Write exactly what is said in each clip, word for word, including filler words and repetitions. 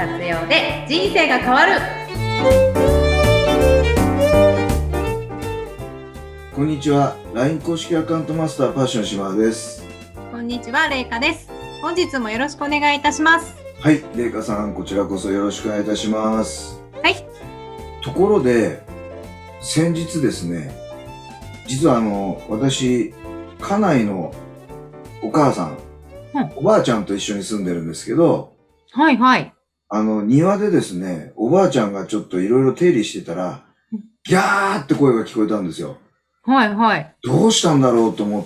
活用で人生が変わる。 こんにちは。ライン 公式アカウントマスターパッション島田です。 こんにちは、れいかです。本日もよろしくお願いいたします。 はい、れいかさん、こちらこそよろしくお願いいたします。 はい。 ところで、先日ですね、実はあの、私、家内のお母さん、 うん、 おばあちゃんと一緒に住んでるんですけど、 はいはい。 あの、庭でですね、おばあちゃんがちょっといろいろ手入れしてたら、ギャーって声が聞こえたんですよ。 はいはい。 どうしたんだろうと思って、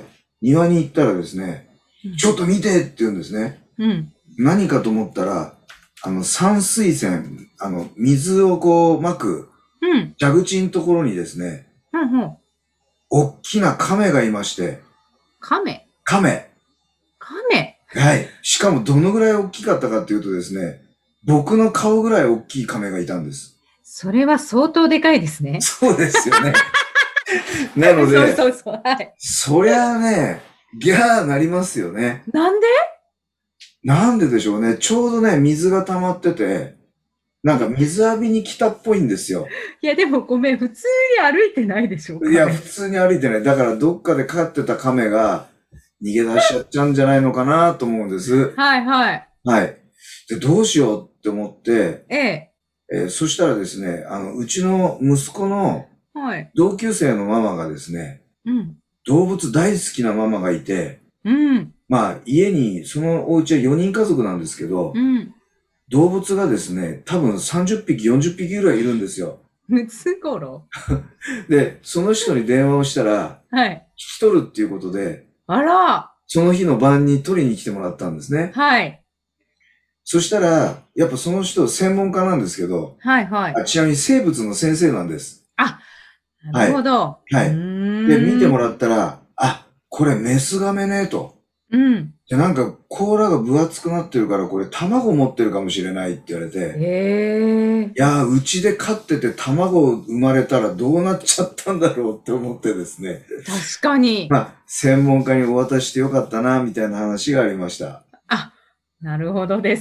庭に行ったらですね、うん、ちょっと見てって言うんですね。 うん。何かと思ったら、あの、散水泉、あの、水をこう、まく、 うん。 蛇口のところにですね、 うんうん。 大きな亀がいまして。 亀亀。 亀はい。しかもどのぐらい大きかったかっていうとですね、僕の顔ぐらい大きい亀がいたんです。 それは相当でかいですね。 そうですよね。なので、 そうそうそう。はい。 そりゃあね、ギャーなりますよね。 なんでなんででしょうね。ちょうどね、水が溜まってて、なんか水浴びに来たっぽいんですよ。 いやでもごめん、普通に歩いてないでしょ。 いや、普通に歩いてない。だからどっかで飼ってた亀が逃げ出しちゃっちゃうんじゃないのかなと思うんです。 はいはい。 はい。で、どうしようって思って、 ええ。 えー、そしたらですね、あの、うちの息子の同級生のママがですね、 うん、 動物大好きなママがいて、 うん、 まあ、家に、そのお家はよにん家族なんですけど、 うん、 動物がですね、多分さんじゅっぴき、よんじゅっぴきぐらいいるんですよ。 ムツゴロウで、その人に電話をしたら、 はい。 引き取るっていうことで、 あら。 その日の晩に取りに来てもらったんですね。 はい。 そしたら、やっぱその人専門家なんですけど、 はいはい。 あ、ちなみに生物の先生なんです。 あ、なるほど。 はい。はい。で、見てもらったら、あ、これメスガメね、と。うん。で、なんか甲羅が分厚くなってるから、これ卵持ってるかもしれないって言われて。へー。いやー、うちで飼ってて卵生まれたらどうなっちゃったんだろうって思ってですね。 確かに。 まあ、専門家にお渡ししてよかったな、みたいな話がありました。 あ、なるほどです。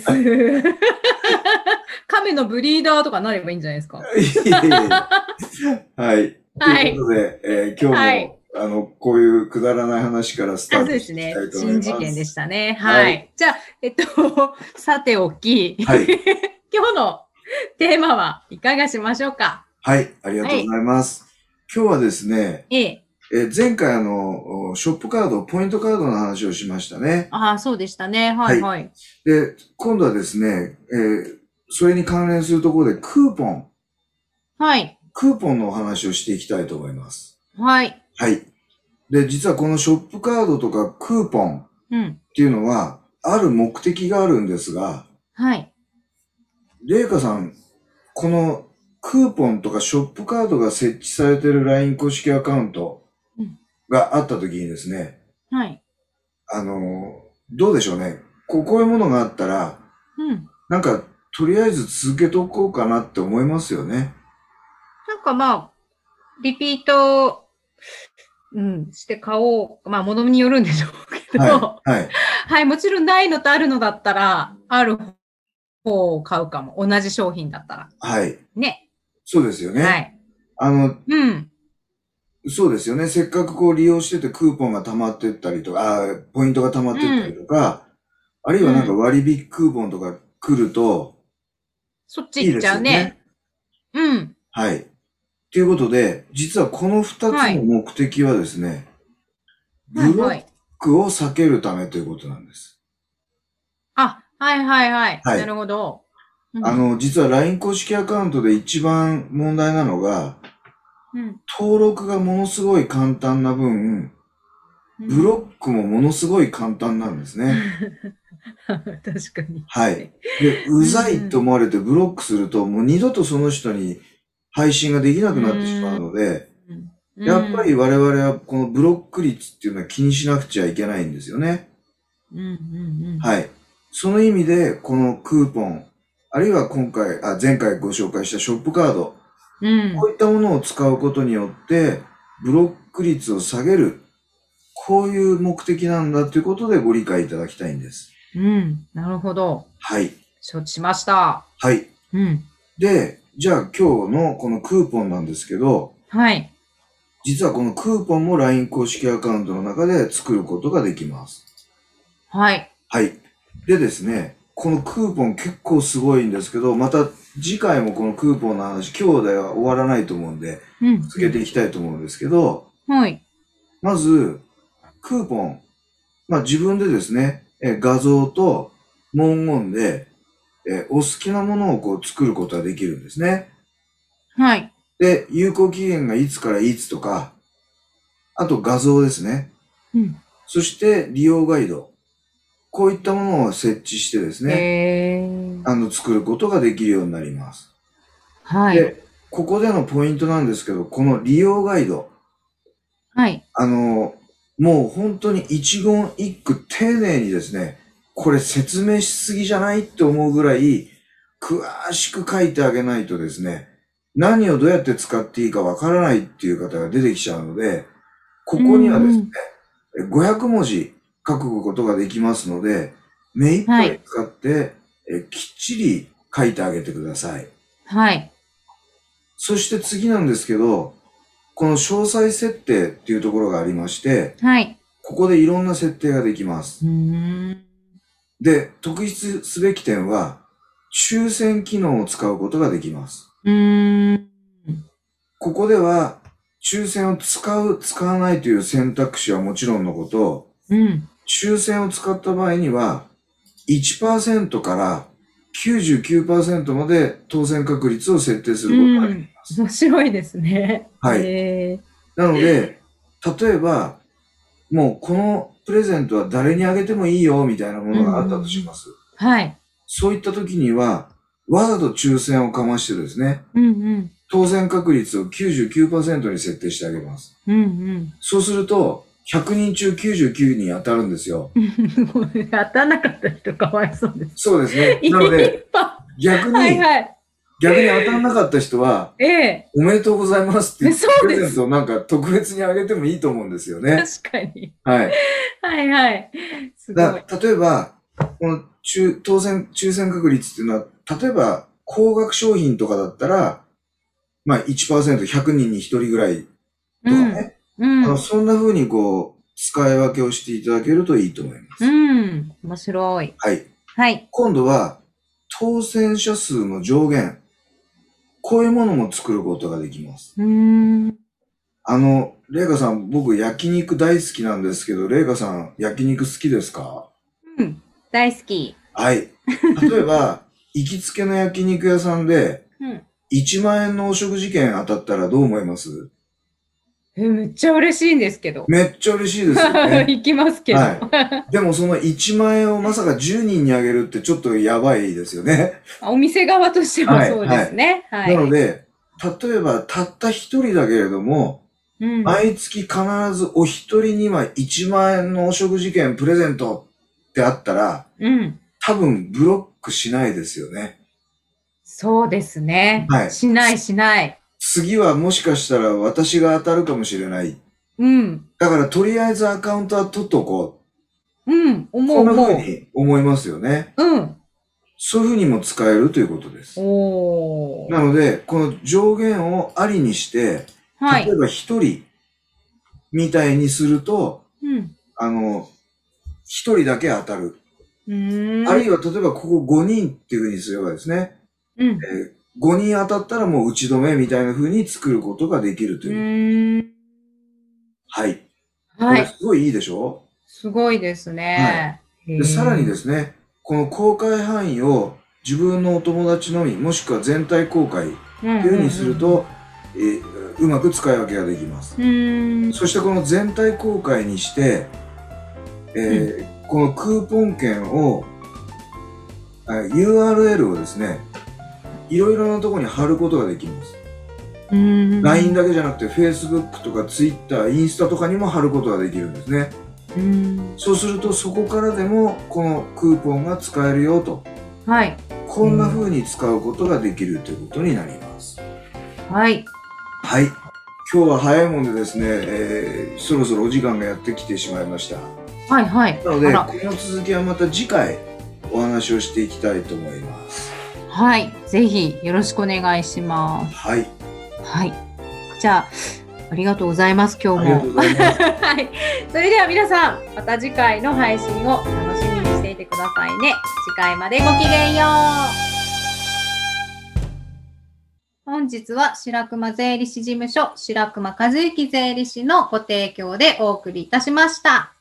亀のブリーダーとかなればいいんじゃないですか。 はい。ということで、えー、今日も、はい、あの、こういうくだらない話からスタートしていきたいと思います。 そうですね。新事件でしたね。はい。はい、じゃあ、えっと、さておき、はい、今日のテーマはいかがしましょうか。 はい。ありがとうございます。はい、今日はですね、えええ前回あの、ショップカード、ポイントカードの話をしましたね。 ああ、そうでしたね。はいはい。はい、 で、今度はですね、えー、それに関連するところでクーポン。はい。クーポンのお話をしていきたいと思います。はい。はい。で、実はこのショップカードとかクーポンっていうのは、ある目的があるんですが、はい。れいかさん、このクーポンとかショップカードが設置されている ライン 公式アカウントがあったときにですね、はい。あの、どうでしょうね。こう、こういうものがあったら、うん。なんか、とりあえず続けとこうかなって思いますよね。 なんかまあ、リピート、うん、して買おう。まあ、ものによるんでしょうけど。はい。はい。はい、もちろんないのとあるのだったら、ある方を買うかも。同じ商品だったら。 はい。ね。そうですよね。はい。あの、うん。そうですよね。せっかくこう利用しててクーポンが溜まってったりとか、あポイントが溜まってったりとか、うん、あるいはなんか割引クーポンとか来ると、 そっち行っちゃうね。いいうん。 はい。ということで、実はこの二つの目的はですね、はい、ブロックを避けるためということなんです。 あ、はいはいはい。はい、なるほど。 うん、あの、実は ライン 公式アカウントで一番問題なのが、うん、登録がものすごい簡単な分、ブロックもものすごい簡単なんですね。 確かに。 はい。で、うざいと思われてブロックすると、もう二度とその人に配信ができなくなってしまうので、やっぱり我々はこのブロック率っていうのは気にしなくちゃいけないんですよね。はい。その意味で、このクーポン、あるいは今回、あ、前回ご紹介したショップカード、うん、こういったものを使うことによって、ブロック率を下げる、こういう目的なんだということでご理解いただきたいんです。 うん、なるほど。 はい。 承知しました。 はい。 うん。 で、じゃあ今日のこのクーポンなんですけど、 はい。 実はこのクーポンも ライン 公式アカウントの中で作ることができます。 はい。 はい。でですね、このクーポン結構すごいんですけど、また次回もこのクーポンの話、今日では終わらないと思うんで、うん、続けていきたいと思うんですけど、 はい。 まず、クーポン。まあ自分でですね、え画像と文言で、えお好きなものをこう作ることができるんですね。 はい。 で、有効期限がいつからいつとか、あと画像ですね。 うん。 そして利用ガイド。こういったものを設置してですね、あの、作ることができるようになります。 はい。 で、ここでのポイントなんですけど、この利用ガイド。 はい。 あの、もう本当に一言一句丁寧にですね、これ説明しすぎじゃないって思うぐらい、詳しく書いてあげないとですね、何をどうやって使っていいかわからないっていう方が出てきちゃうので、ここにはですね、ごひゃくもじ書くことができますので、目いっぱい使って、はい、えきっちり書いてあげてください。 はい。 そして次なんですけど、この詳細設定っていうところがありまして、 はい。 ここでいろんな設定ができます。 うーんで、特筆すべき点は、抽選機能を使うことができます。 うーんここでは、抽選を使う、使わないという選択肢はもちろんのこと、 うん、 抽選を使った場合には、いちパーセント からきゅうじゅうきゅうパーセント まで当選確率を設定することができます。 うん、面白いですね。 はい。なので、例えば、もうこのプレゼントは誰にあげてもいいよみたいなものがあったとします。 うんうん、はい。 そういった時には、わざと抽選をかましてですね、 うんうん、当選確率を きゅうじゅうきゅうパーセント に設定してあげます。 うんうん、 そうすると、ひゃくにん中きゅうじゅうきゅうにん当たるんですよ。 当たらなかった人かわいそうです。 そうですね。なので、逆に、はいはい、逆に当たらなかった人は、ええ、おめでとうございますって言って、プレゼントをなんか特別にあげてもいいと思うんですよね。 確かに。 はい。 はいはい。すごい。 だ例えば、この抽当選、抽選確率っていうのは、例えば、高額商品とかだったら、まあ いちパーセント、ひゃくにんにひとりぐらいとかね。うんうん、あのそんな風にこう、使い分けをしていただけるといいと思います。 うん。面白い。 はい。 はい。 今度は、当選者数の上限。こういうものも作ることができます。 うーん。 あの、レイカさん、僕焼肉大好きなんですけど、レイカさん、焼肉好きですか？ うん。大好き。 はい。例えば、行きつけの焼肉屋さんで、うん、いちまんえんのお食事券当たったらどう思います？ え、めっちゃ嬉しいんですけど。 めっちゃ嬉しいですよね。 行きますけど。 はい。でもそのいちまんえんをまさかじゅうにんにあげるってちょっとやばいですよね。 お店側としてもそうですね。 はい。はい、なので、例えばたった一人だけれども、うん、毎月必ずお一人にはいちまんえんのお食事券プレゼントってあったら、うん、多分ブロックしないですよね。 そうですね。はい。しないしない。 次はもしかしたら私が当たるかもしれない。 うん。 だからとりあえずアカウントは取っとこう。うん、思う。こんな風に思いますよね。うん。そういう風にも使えるということです。おー。なので、この上限をありにして、はい、例えば一人みたいにすると、うん、あの、一人だけ当たる。うん。あるいは例えばここごにんっていう風にすればですね、うん。えーごにん当たったらもう打ち止めみたいな風に作ることができるという。うはい。はい。これすごいいいでしょ？すごいですね。 はい。で、さらにですね、この公開範囲を自分のお友達のみ、もしくは全体公開っていう風にすると、えー、うまく使い分けができます。うんそしてこの全体公開にして、えーうん、このクーポン券を、ユーアールエル をですね、いろいろなところに貼ることができます。ライン だけじゃなくて Facebook とか Twitter、インスタとかにも貼ることができるんですね。うんそうするとそこからでもこのクーポンが使えるよと。はい。こんな風に使うことができるということになります。はい。はい。今日は早いもんでですね、えー、そろそろお時間がやってきてしまいました。はいはい。なので、この続きはまた次回、 お話をしていきたいと思います。 はい。ぜひよろしくお願いします。 はい。 はい。じゃあ、ありがとうございます、今日も。 ありがとうございます。 はい。それでは皆さん、また次回の配信を楽しみにしていてくださいね。次回までごきげんよう。本日は白熊税理士事務所白熊和幸税理士のご提供でお送りいたしました。